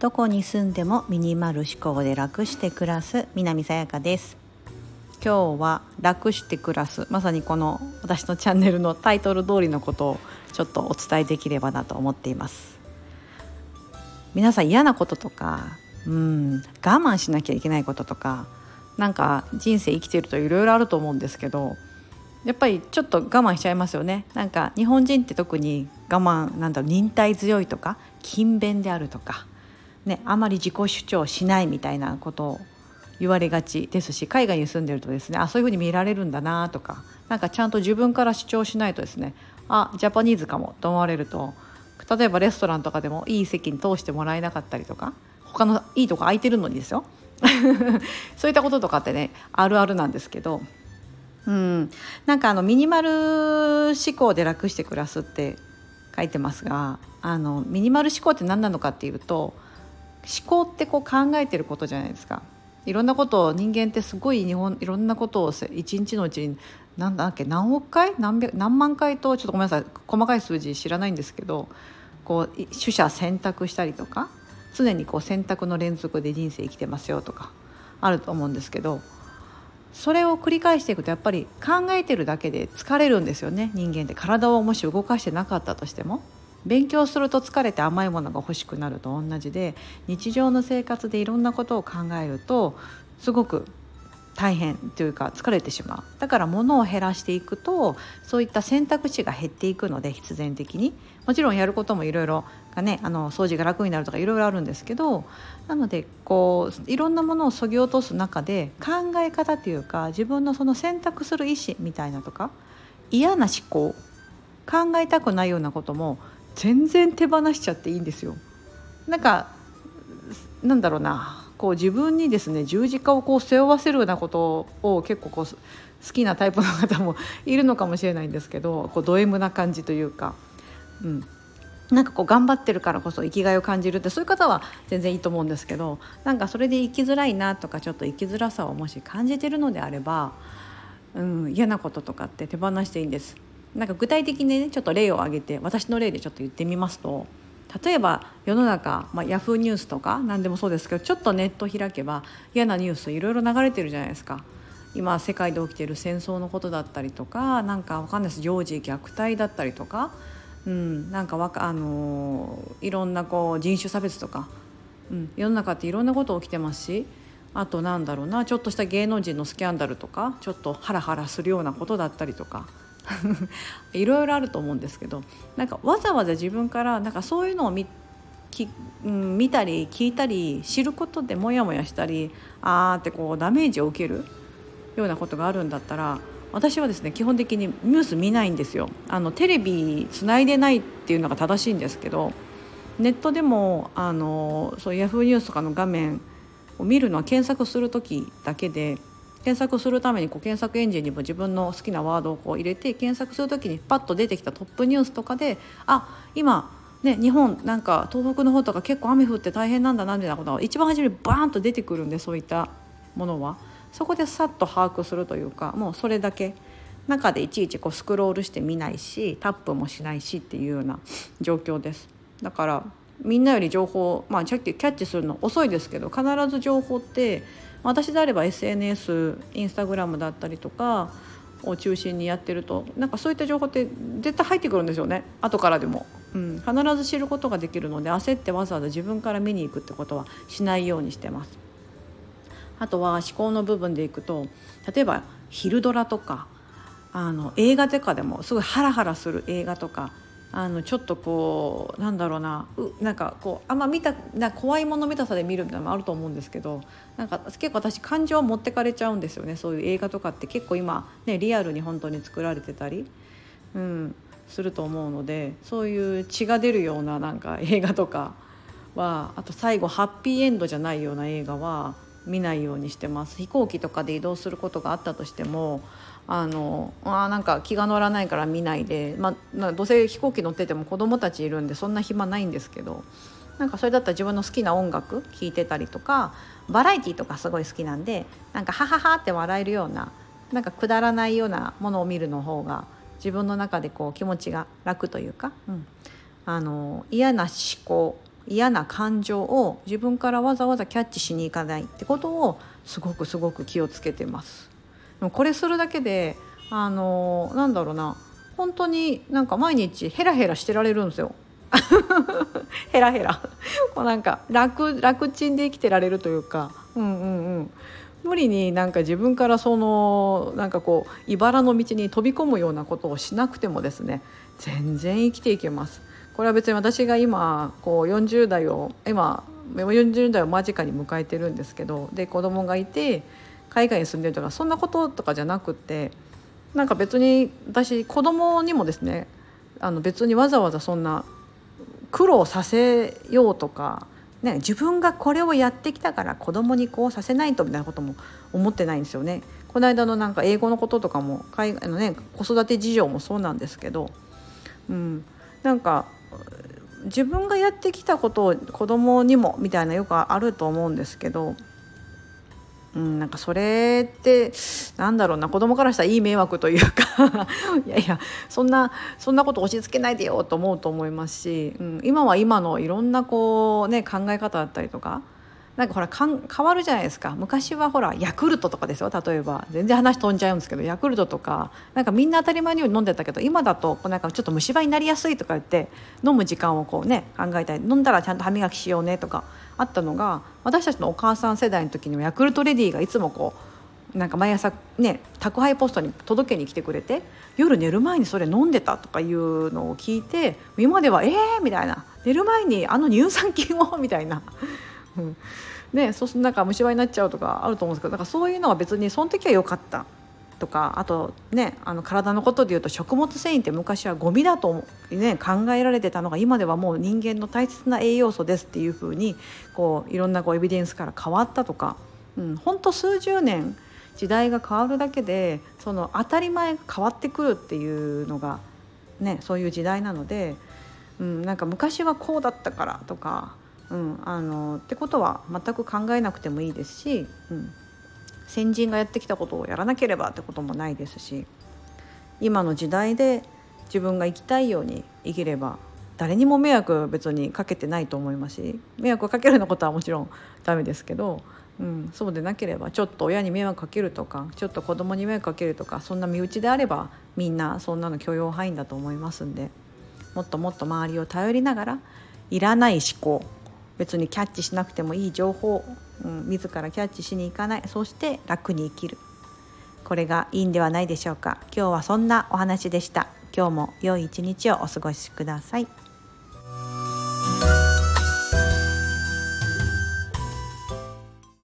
どこに住んでもミニマル思考で楽して暮らす南さやかです。今日は楽して暮らす、まさにこの私のチャンネルのタイトル通りのことをちょっとお伝えできればなと思っています。皆さん嫌なこととか我慢しなきゃいけないこととか、なんか人生生きてるといろいろあると思うんですけど、やっぱりちょっと我慢しちゃいますよね。なんか日本人って特に我慢忍耐強いとか勤勉であるとかあまり自己主張しないみたいなことを言われがちですし、海外に住んでるとですね、そういうふうに見られるんだなとか、なんかちゃんと自分から主張しないとですね、ジャパニーズかもと思われると、例えばレストランとかでもいい席に通してもらえなかったりとか、他のいいとこ空いてるのにですよそういったこととかってね、あるあるなんですけど、なんかミニマル思考で楽して暮らすって書いてますが、ミニマル思考って何なのかっていうと、思考ってこう考えてることじゃないですか。いろんなことを人間ってすごいいろんなことを一日のうちに何億回何万回と、ちょっとごめんなさい、細かい数字知らないんですけど、こう取捨選択したりとか、常にこう選択の連続で人生生きてますよとかあると思うんですけど、それを繰り返していくとやっぱり考えてるだけで疲れるんですよね。人間って体をもし動かしてなかったとしても、勉強すると疲れて甘いものが欲しくなると同じで、日常の生活でいろんなことを考えるとすごく大変というか疲れてしまう。だから物を減らしていくと、そういった選択肢が減っていくので、必然的にもちろんやることもいろいろがね、掃除が楽になるとかいろいろあるんですけど、なのでこういろんなものを削ぎ落とす中で、考え方というか自分のその選択する意思みたいなとか、嫌な思考、考えたくないようなことも全然手放しちゃっていいんですよ。なんだろうな、こう自分にですね、十字架をこう背負わせるようなことを結構こう好きなタイプの方もいるのかもしれないんですけど、こうド M な感じというか、なんかこう頑張ってるからこそ生きがいを感じるって、そういう方は全然いいと思うんですけど、なんかそれで生きづらいなとか、ちょっと生きづらさをもし感じてるのであれば、嫌なこととかって手放していいんです。なんか具体的にね、ちょっと例を挙げて、私の例でちょっと言ってみますと、例えば世の中、ヤフーニュースとか何でもそうですけど、ちょっとネット開けば嫌なニュースいろいろ流れてるじゃないですか。今世界で起きている戦争のことだったりとか、なんかわかんないです、幼児虐待だったりとか、なんかいろんなこう人種差別とか、世の中っていろんなこと起きてますし、あとなんだろうな、ちょっとした芸能人のスキャンダルとか、ちょっとハラハラするようなことだったりとかいろいろあると思うんですけど、なんかわざわざ自分からなんかそういうのを見たり聞いたり知ることでモヤモヤしたり、ってこうダメージを受けるようなことがあるんだったら、私はですね、基本的にニュース見ないんですよ。テレビつないでないっていうのが正しいんですけど、ネットでもそうヤフーニュースとかの画面を見るのは検索する時だけで、検索するためにこう検索エンジンにも自分の好きなワードをこう入れて検索する時にパッと出てきたトップニュースとかで、今ね、日本なんか東北の方とか結構雨降って大変なんだなみたいなことが一番初めにバーンと出てくるんで、そういったものはそこでさっと把握するというか、もうそれだけ、中でいちいちこうスクロールして見ないし、タップもしないしっていうような状況です。だからみんなより情報、キャッチするの遅いですけど、必ず情報って私であれば SNS、インスタグラムだったりとかを中心にやってると、なんかそういった情報って絶対入ってくるんですよね、後からでも。必ず知ることができるので、焦ってわざわざ自分から見に行くってことはしないようにしてます。あとは思考の部分でいくと、例えば昼ドラとか映画とかでもすごいハラハラする映画とか、ちょっとこうなんだろうな、なんかこう怖いもの見たさで見るみたいなのもあると思うんですけど、なんか結構私感情を持ってかれちゃうんですよね。そういう映画とかって結構今ね、リアルに本当に作られてたり、すると思うので、そういう血が出るようななんか映画とかは、あと最後ハッピーエンドじゃないような映画は見ないようにしてます。飛行機とかで移動することがあったとしても、なんか気が乗らないから見ないで、どうせ飛行機乗ってても子供たちいるんでそんな暇ないんですけど、なんかそれだったら自分の好きな音楽聴いてたりとか、バラエティとかすごい好きなんで、なんかハハハって笑えるような、なんかくだらないようなものを見るの方が自分の中でこう気持ちが楽というか、嫌な思考嫌な感情を自分からわざわざキャッチしに行かないってことをすごく気をつけてます。でもこれするだけでなんだろうな、本当になんか毎日ヘラヘラしてられるんですよヘラヘラもうなんか楽ちんで生きてられるというか、無理になんか自分からなんかこう茨の道に飛び込むようなことをしなくてもですね、全然生きていけます。これは別に私が今こう40代を間近に迎えてるんですけど、で子供がいて海外に住んでるとかそんなこととかじゃなくて、なんか別に私子供にもですね、別にわざわざそんな苦労させようとか、ね、自分がこれをやってきたから子供にこうさせないとみたいなことも思ってないんですよね。この間のなんか英語のこととかも子育て事情もそうなんですけど、なんか自分がやってきたことを子供にもみたいなよくあると思うんですけど、なんかそれってなんだろうな、子供からしたらいい迷惑というかいやそんなこと押し付けないでよと思いますし、今は今のいろんな考え方だったりとか、なんかほら変わるじゃないですか。昔はほらヤクルトとかですよ、例えば全然話飛んじゃうんですけど、ヤクルトとかなんかみんな当たり前のように飲んでたけど、今だとなんかちょっと虫歯になりやすいとか言って飲む時間を考えたり、飲んだらちゃんと歯磨きしようねとかあったのが、私たちのお母さん世代の時にはヤクルトレディがいつもなんか毎朝ね宅配ポストに届けに来てくれて、夜寝る前にそれ飲んでたとかいうのを聞いて、今ではみたいな、寝る前に乳酸菌をみたいなそうするとなんか虫歯になっちゃうとかあると思うんですけど、だからそういうのは別にその時は良かったとか、あと体のことでいうと食物繊維って昔はゴミだと、考えられてたのが、今ではもう人間の大切な栄養素ですっていう風にいろんなエビデンスから変わったとか、ほんと数十年時代が変わるだけでその当たり前が変わってくるっていうのがそういう時代なので、なんか昔はこうだったからとか、ってことは全く考えなくてもいいですし、先人がやってきたことをやらなければってこともないですし、今の時代で自分が生きたいように生きれば誰にも迷惑別にかけてないと思いますし、迷惑かけるようなことはもちろんダメですけど、そうでなければちょっと親に迷惑かけるとか、ちょっと子供に迷惑かけるとか、そんな身内であればみんなそんなの許容範囲だと思いますんで、もっともっと周りを頼りながら、いらない思考、別にキャッチしなくてもいい情報、自らキャッチしに行かない、そして楽に生きる、これがいいんではないでしょうか。今日はそんなお話でした。今日も良い一日をお過ごしください。